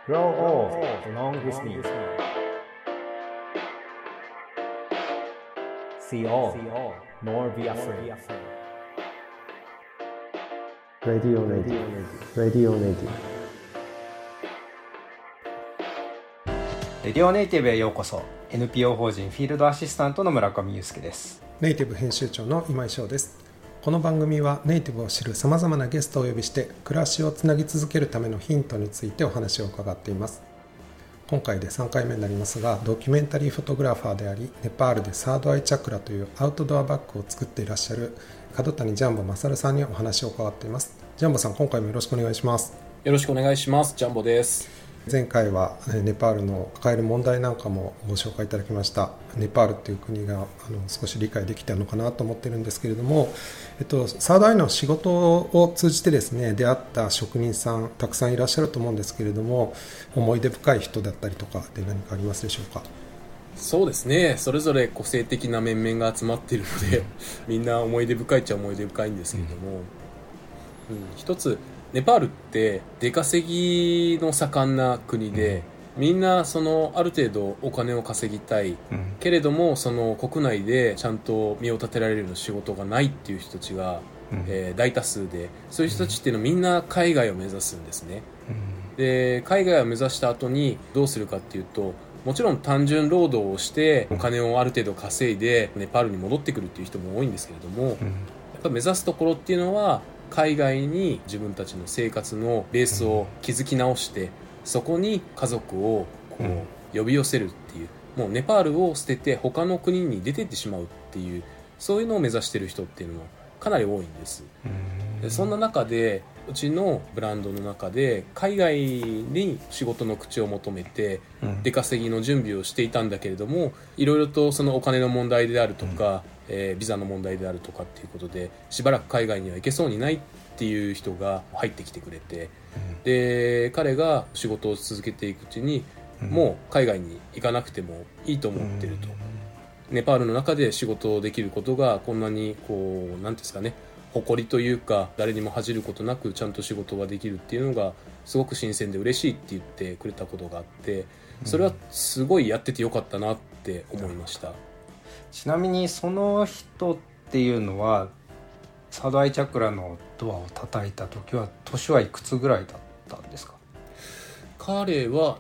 Grow old along with me. See all, nor be afraid. Radio Native レディオネイティブへようこそ。 NPO 法人フィールドアシスタントの村上裕介です。 ネイティブ編集長の今井翔です。この番組はネイティブを知るさまざまなゲストをお呼びして暮らしをつなぎ続けるためのヒントについてお話を伺っています。今回で3回目になりますが、ドキュメンタリーフォトグラファーでありネパールでサードアイチャクラというアウトドアバッグを作っていらっしゃる角谷ジャンボ勝さんにお話を伺っています。ジャンボさん、今回もよろしくお願いします。 よろしくお願いします。ジャンボです。 前回はネパールの抱える問題なんかもご紹介いただきました。ネパールという国が少し理解できたのかなと思ってるんですけれども、サードアイの仕事を通じてですね、出会った職人さんたくさんいらっしゃると思うんですけれども、思い出深い人だったりとかで何かありますでしょうか？ そうですね、それぞれ個性的な面々が集まっているのでみんな思い出深いっちゃ思い出深いんですけれども、一つネパールって出稼ぎの盛んな国で、みんなある程度お金を稼ぎたい、けれども国内でちゃんと身を立てられるような仕事がないっていう人たちが、大多数で、そういう人たちっていうのはみんな海外を目指すんですね。で、海外を目指した後にどうするかっていうと、もちろん単純労働をしてお金をある程度稼いでネパールに戻ってくるっていう人も多いんですけれども、やっぱ目指すところっていうのは海外に自分たちの生活のベースを築き直して、そこに家族を呼び寄せるっていう、もうネパールを捨てて他の国に出ていってしまうっていう、そういうのを目指している人っていうのもかなり多いんです。で、そんな中でうちのブランドの中で海外に仕事の口を求めて出稼ぎの準備をしていたんだけれども、いろいろとお金の問題であるとか、ビザの問題であるとかっていうことでしばらく海外には行けそうにないっていう人が入ってきてくれて、で彼が仕事を続けていくうちに、もう海外に行かなくてもいいと思ってると、ネパールの中で仕事をできることがこんなになんていうんですかね、誇りというか誰にも恥じることなくちゃんと仕事ができるっていうのがすごく新鮮で嬉しいって言ってくれたことがあって、それはすごいやっててよかったなって思いました。 ちなみにその人っていうのはサードアイチャクラのドアを叩いた時は年はいくつぐらいだったんですか？ 彼は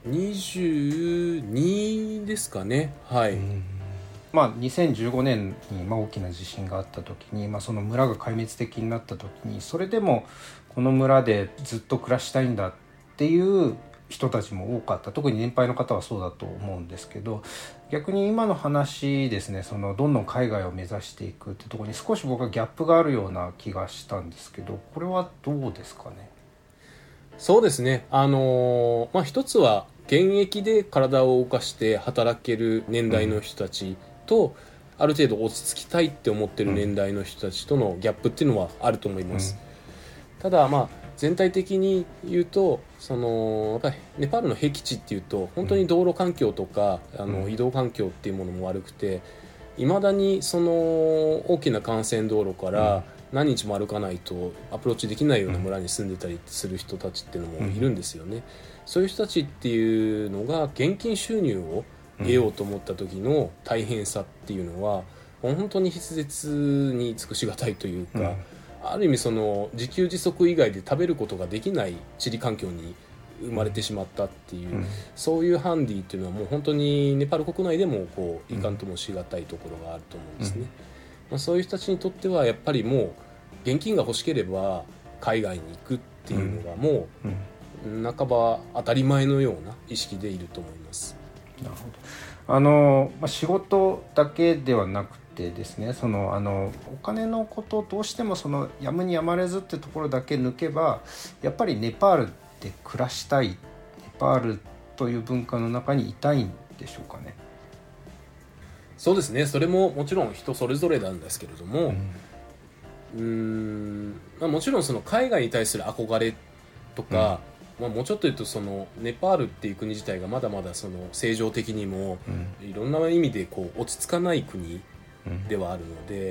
22ですかね。はい。 2015年に大きな地震があった時に、その村が壊滅的になった時に、それでもこの村でずっと暮らしたいんだっていう人たちも多かった。特に年配の方はそうだと思うんですけど、逆に今の話ですね、どんどん海外を目指していくってところに少し僕はギャップがあるような気がしたんですけど、これはどうですかね？ そうですね、一つは現役で体を動かして働ける年代の人たちと、ある程度落ち着きたいって思ってる年代の人たちとのギャップっていうのはあると思います。ただ全体的に言うと、やっぱりネパールの僻地っていうと本当に道路環境とか移動環境っていうものも悪くて、いまだに大きな幹線道路から何日も歩かないとアプローチできないような村に住んでたりする人たちっていうのもいるんですよね。そういう人たちっていうのが現金収入を得ようと思った時の大変さっていうのは本当に筆舌に尽くしがたいというか、ある意味自給自足以外で食べることができない地理環境に生まれてしまったっていう、そういうハンディっていうのはもう本当にネパール国内でもいかんともしがたいところがあると思うんですね。そういう人たちにとってはやっぱりもう現金が欲しければ海外に行くっていうのがもう半ば当たり前のような意識でいると思います。 なるほど。仕事だけではなくてですね、お金のことをどうしてもやむにやまれずってところだけ抜けば、やっぱりネパールで暮らしたい、ネパールという文化の中にいたいんでしょうかね？ そうですね、それももちろん人それぞれなんですけれども、もちろん海外に対する憧れとか、もうちょっと言うとネパールっていう国自体がまだまだ政情的にもいろんな意味で落ち着かない国ではあるので、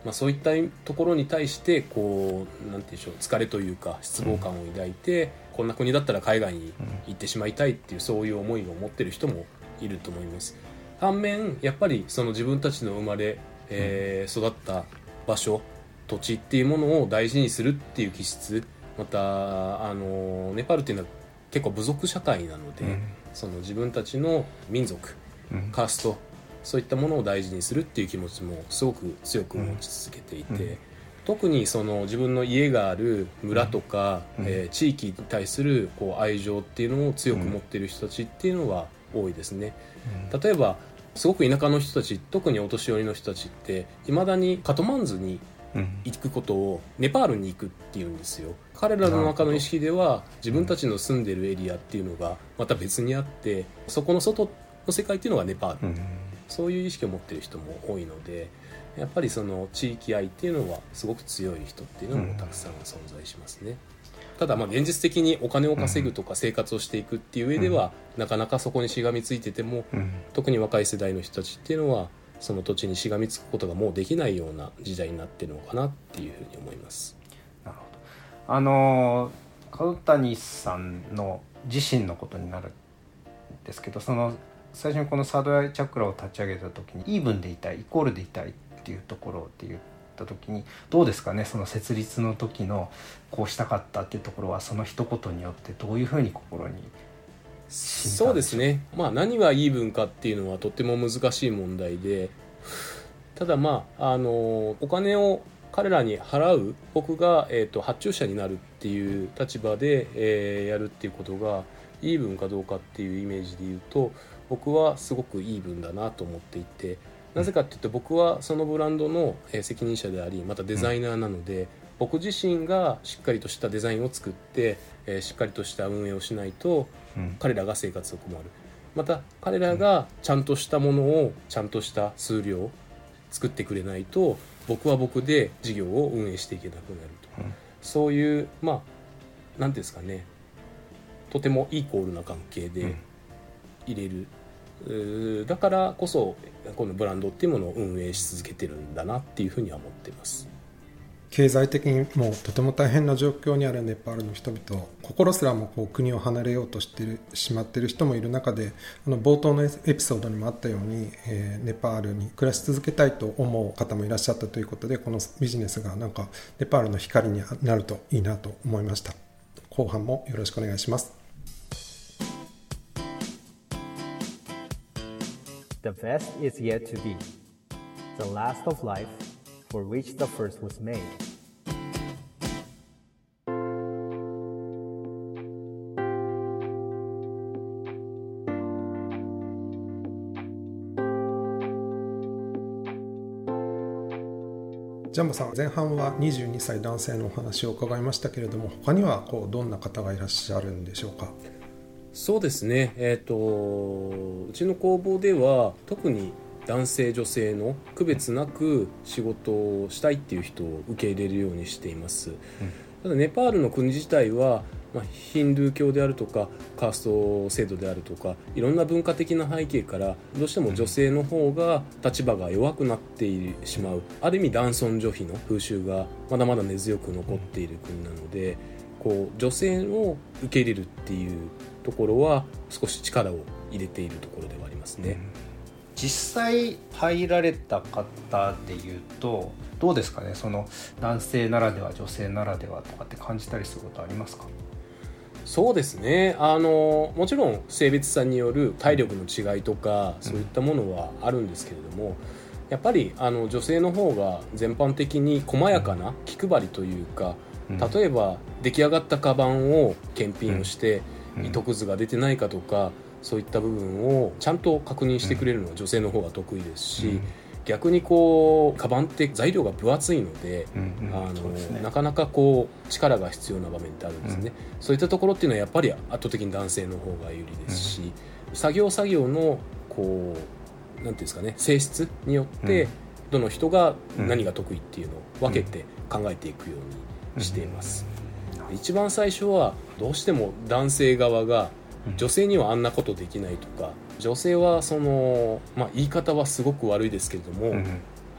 そういったところに対してこうなんていうんでしょう、疲れというか失望感を抱いて、こんな国だったら海外に行ってしまいたいっていう、そういう思いを持ってる人もいると思います。反面やっぱりその自分たちの生まれ、育った場所、土地っていうものを大事にするっていう気質、またネパールっていうのは結構部族社会なので、その自分たちの民族、カースト、そういったものを大事にするっていう気持ちもすごく強く持ち続けていて、特にその自分の家がある村とか、地域に対するこう愛情っていうのを強く持っている人たちっていうのは多いですね。例えばすごく田舎の人たち、特にお年寄りの人たちっていまだにカトマンズに行くことをネパールに行くっていうんですよ。彼らの中の意識では自分たちの住んでるエリアっていうのがまた別にあって、そこの外の世界っていうのがネパール、そういう意識を持っている人も多いので、やっぱりその地域愛っていうのはすごく強い人っていうのもたくさん存在しますね。ただ現実的にお金を稼ぐとか生活をしていくっていう上では、なかなかそこにしがみついてても、特に若い世代の人たちっていうのはその土地にしがみつくことがもうできないような時代になってるのかなっていうふうに思います。 なるほど。角谷さんの自身のことになるんですけど、その最初にこのサードアイチャクラを立ち上げた時にイーブンでいたい、イコールでいたいっていうところって言った時にどうですかね、その設立の時のこうしたかったっていうところはその一言によってどういうふうに心に。 そうですね、何がイーブンかっていうのはとても難しい問題で、ただお金を彼らに払う、僕が、発注者になるっていう立場で、やるっていうことがイーブンかどうかっていうイメージで言うと、僕はすごくイーブンだなと思っていて、なぜかっていうと僕はそのブランドの責任者であり、またデザイナーなので、僕自身がしっかりとしたデザインを作って、しっかりとした運営をしないと、彼らが生活を困る。また彼らがちゃんとしたものをちゃんとした数量を作ってくれないと、僕は僕で事業を運営していけなくなると、そういうなんていうんですかね、とてもイコールな関係で入れる、だからこそこのブランドっていうものを運営し続けてるんだなっていうふうには思っています。 経済的にもとても大変な状況にあるネパールの人々、心すらも国を離れようとしてしまっている人もいる中で、冒頭のエピソードにもあったように、ネパールに暮らし続けたいと思う方もいらっしゃったということで、このビジネスがネパールの光になるといいなと思いました。後半もよろしくお願いします。 The best is yet to be, the last of life for which the first was made. ジャンボさん、前半は22歳男性のお話を伺いましたけれども、他にはどんな方がいらっしゃるんでしょうか。 そうですね、うちの工房では特に男性女性の区別なく仕事をしたいっていう人を受け入れるようにしています、ただネパールの国自体は、ヒンドゥー教であるとかカースト制度であるとか、いろんな文化的な背景からどうしても女性の方が立場が弱くなってしまう、ある意味男尊女卑の風習がまだまだ根強く残っている国なので、女性を受け入れるっていうところは少し力を入れているところではありますね、 実際入られた方でいうとどうですかね、その男性ならでは女性ならではとかって感じたりすることありますか。 そうですね、もちろん性別差による体力の違いとか、そういったものはあるんですけれども、やっぱり女性の方が全般的に細やかな気配りというか、例えば出来上がったカバンを検品をして、糸くずが出てないかとか、そういった部分をちゃんと確認してくれるのは女性の方が得意ですし、逆にカバンって材料が分厚いので、なかなか力が必要な場面ってあるんですね、そういったところっていうのはやっぱり圧倒的に男性の方が有利ですし、作業のなんていうんですかね、性質によってどの人が何が得意っていうのを分けて考えていくようにしています、一番最初はどうしても男性側が女性にはあんなことできないとか、女性は言い方はすごく悪いですけれども、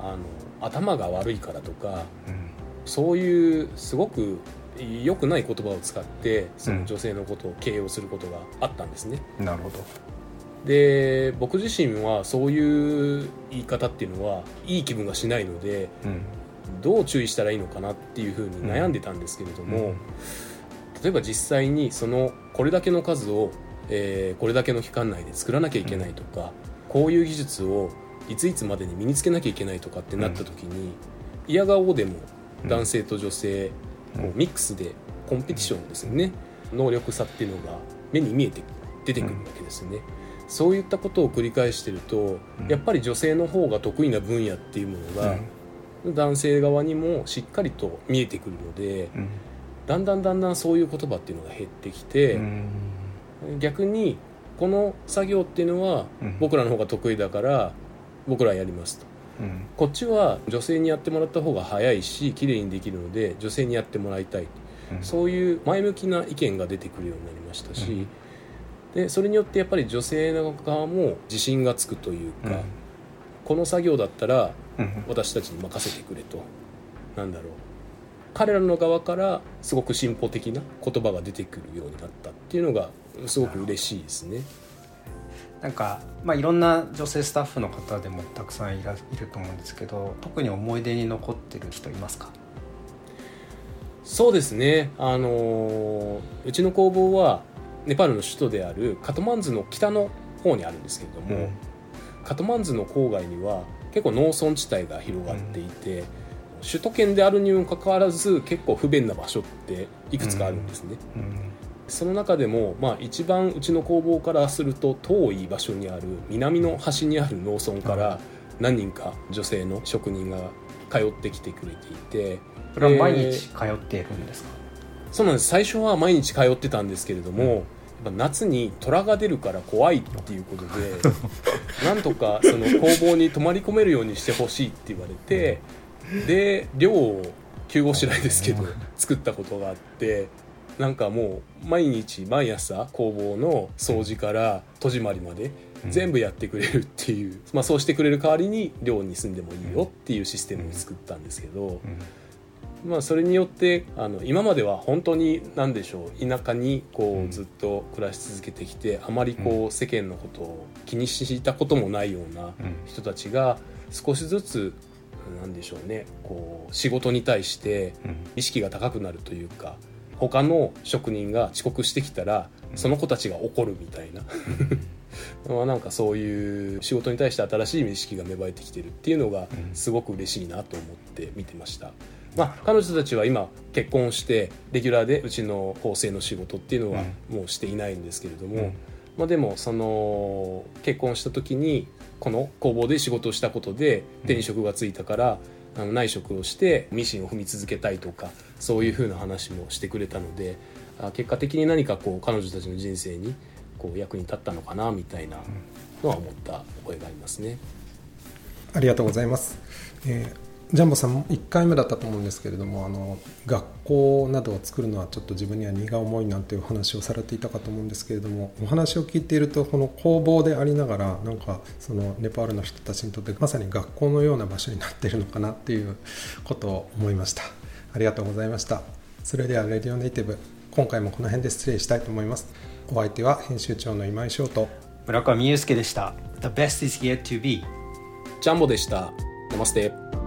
頭が悪いからとか、そういうすごく良くない言葉を使ってその女性のことを形容することがあったんですね。 なるほど。 で僕自身はそういう言い方っていうのはいい気分がしないので、どう注意したらいいのかなっていうふうに悩んでたんですけれども、例えば実際にこれだけの数を、これだけの期間内で作らなきゃいけないとか、こういう技術をいついつまでに身につけなきゃいけないとかってなった時に、嫌顔でも男性と女性、ミックスでコンペティションですよね、能力差っていうのが目に見えて出てくるわけですよね。そういったことを繰り返してると、やっぱり女性の方が得意な分野っていうものが、男性側にもしっかりと見えてくるので、だんだんそういう言葉っていうのが減ってきて、逆にこの作業っていうのは僕らの方が得意だから僕らやりますと、こっちは女性にやってもらった方が早いし綺麗にできるので女性にやってもらいたい、そういう前向きな意見が出てくるようになりましたし、でそれによってやっぱり女性の側も自信がつくというか、この作業だったら私たちに任せてくれと、彼らの側からすごく進歩的な言葉が出てくるようになったっていうのがすごく嬉しいですね。 なんか、いろんな女性スタッフの方でもたくさんいると思うんですけど、特に思い出に残ってる人いますか？ そうですね、うちの工房はネパールの首都であるカトマンズの北の方にあるんですけれども、カトマンズの郊外には結構農村地帯が広がっていて、首都圏であるにもかかわらず結構不便な場所っていくつかあるんですね。その中でも、一番うちの工房からすると遠い場所にある南の端にある農村から何人か女性の職人が通ってきてくれていて、 それは毎日通っているんですか？ そうなんです。最初は毎日通ってたんですけれども、やっぱ夏に虎が出るから怖いっていうことでなんとかその工房に泊まり込めるようにしてほしいって言われて、で寮を急ごしらえですけど作ったことがあって、なんかもう毎朝工房の掃除から戸締まりまで全部やってくれるっていう、そうしてくれる代わりに寮に住んでもいいよっていうシステムを作ったんですけど、それによって今までは本当に田舎にずっと暮らし続けてきて、あまり世間のことを気にしたこともないような人たちが少しずつ仕事に対して意識が高くなるというか、他の職人が遅刻してきたらその子たちが怒るみたいななんかそういう仕事に対して新しい意識が芽生えてきてるっていうのがすごく嬉しいなと思って見てました。彼女たちは今結婚してレギュラーでうちの縫製の仕事っていうのはもうしていないんですけれども、でもその結婚した時にこの工房で仕事をしたことで手に職がついたから内職をしてミシンを踏み続けたいとか、そういう風な話もしてくれたので、結果的に何か彼女たちの人生に役に立ったのかなみたいなのは思った覚えがありますね。 ありがとうございます。ジャンボさんも1回目だったと思うんですけれども、学校などを作るのはちょっと自分には荷が重いなんていう話をされていたかと思うんですけれども、お話を聞いているとこの工房でありながらなんかそのネパールの人たちにとってまさに学校のような場所になっているのかなっていうことを思いました。ありがとうございました。それではレディオネイティブ、今回もこの辺で失礼したいと思います。お相手は編集長の今井翔と村上祐介でした。The best is yet to be。 ジャンボでした。ナマステ。